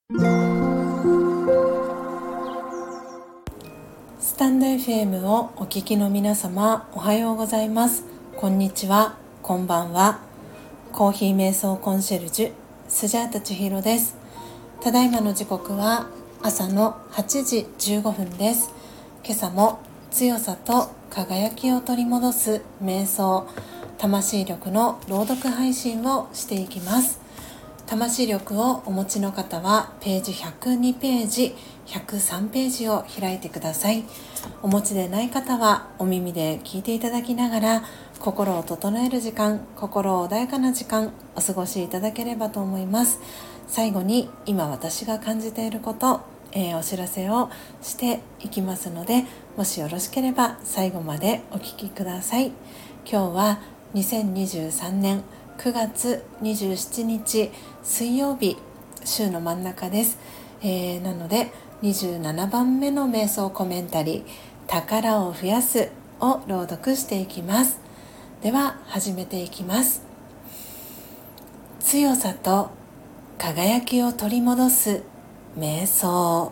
スタンド FM をお聞きの皆様、おはようございます。こんにちは、こんばんは。コーヒー瞑想コンシェルジュスジャータ千尋です。ただいまの時刻は朝の8時15分です。今朝も強さと輝きを取り戻す瞑想、魂力の朗読配信をしていきます。魂力をお持ちの方はページ102ページ、103ページを開いてください。お持ちでない方はお耳で聞いていただきながら、心を整える時間、心穏やかな時間お過ごしいただければと思います。最後に今私が感じていること、お知らせをしていきますので、もしよろしければ最後までお聞きください。今日は2023年9月27日水曜日、週の真ん中です。なので27番目の瞑想コメンタリー、宝を増やすを朗読していきます。では始めていきます。強さと輝きを取り戻す瞑想。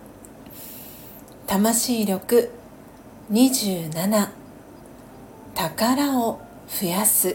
魂力27、宝を増やす。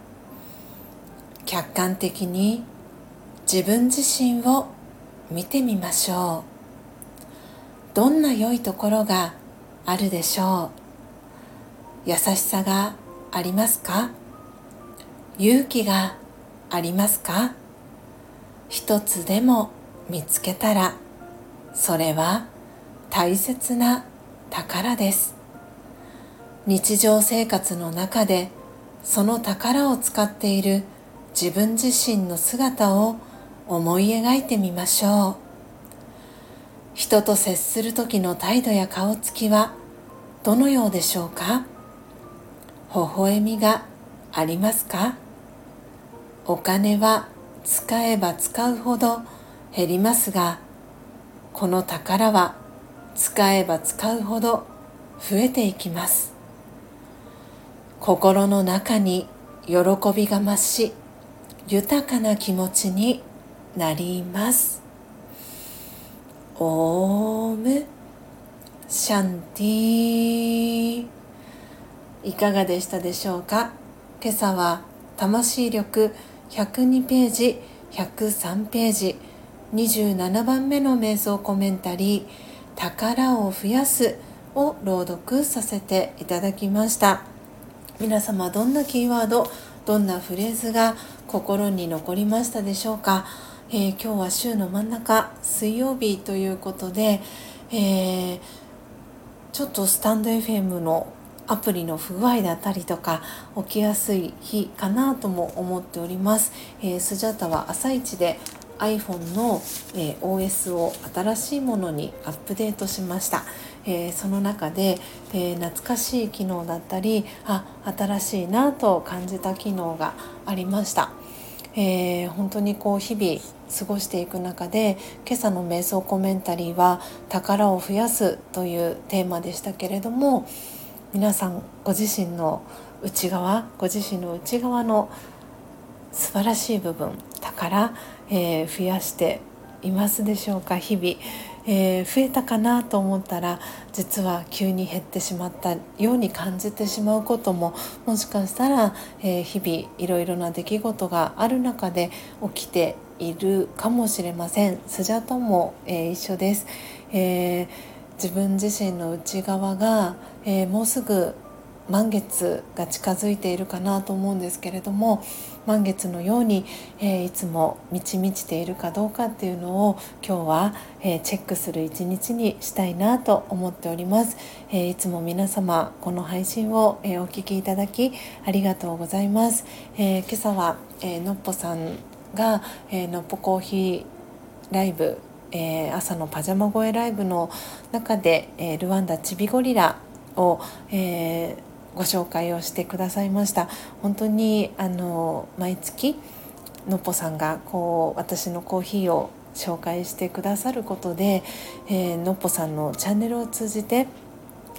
客観的に自分自身を見てみましょう。どんな良いところがあるでしょう。優しさがありますか？勇気がありますか？一つでも見つけたら、それは大切な宝です。日常生活の中でその宝を使っている自分自身の姿を思い描いてみましょう。人と接する時の態度や顔つきはどのようでしょうか？微笑みがありますか？お金は使えば使うほど減りますが、この宝は使えば使うほど増えていきます。心の中に喜びが増し、豊かな気持ちになります。オームシャンティ。いかがでしたでしょうか？今朝は魂力102ページ、103ページ、27番目の瞑想コメンタリー、宝を増やすを朗読させていただきました。皆様、どんなキーワード、どんなフレーズが心に残りましたでしょうか？今日は週の真ん中、水曜日ということで、ちょっとスタンド FM のアプリの不具合だったりとか起きやすい日かなとも思っております。スジャタは朝一で iPhone の、OS を新しいものにアップデートしました。その中で、懐かしい機能だったり、新しいなと感じた機能がありました。本当に日々過ごしていく中で、今朝の瞑想コメンタリーは宝を増やすというテーマでしたけれども、皆さんご自身の内側の素晴らしい部分、宝、増やしていますでしょうか？日々、増えたかなと思ったら、実は急に減ってしまったように感じてしまうことも、もしかしたら、日々いろいろな出来事がある中で起きているかもしれません。スジャタも、一緒です。自分自身の内側が、もうすぐ満月が近づいているかなと思うんですけれども、満月のように、いつも満ち満ちているかどうかっていうのを今日は、チェックする一日にしたいなと思っております。いつも皆様この配信を、お聞きいただきありがとうございます。今朝は、のっぽさんが、のっぽコーヒーライブ、朝のパジャマ声ライブの中で、ルワンダチビゴリラを、ご紹介をしてくださいました。本当に毎月のっぽさんが私のコーヒーを紹介してくださることで、のっぽさんのチャンネルを通じて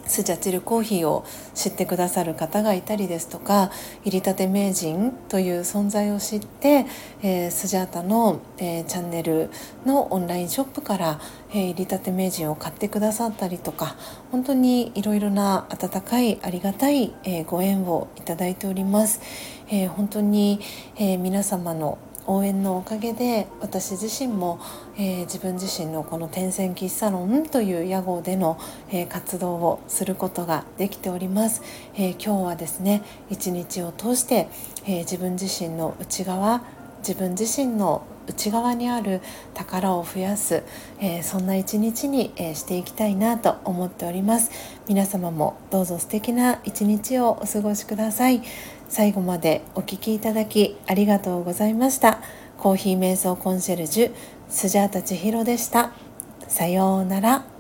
スジャチルコーヒーを知ってくださる方がいたりですとか、入りたて名人という存在を知って、スジャータの、チャンネルのオンラインショップから、入りたて名人を買ってくださったりとか、本当にいろいろな温かいありがたい、ご縁をいただいております。本当に、皆様の応援のおかげで私自身も、自分自身のこの天線喫茶論という屋号での、活動をすることができております。今日はですね、一日を通して、自分自身の内側、自分自身の内側にある宝を増やす、そんな一日に、していきたいなと思っております。皆様もどうぞ素敵な一日をお過ごしください。最後までお聞きいただきありがとうございました。コーヒー瞑想コンシェルジュスジャータ千尋でした。さようなら。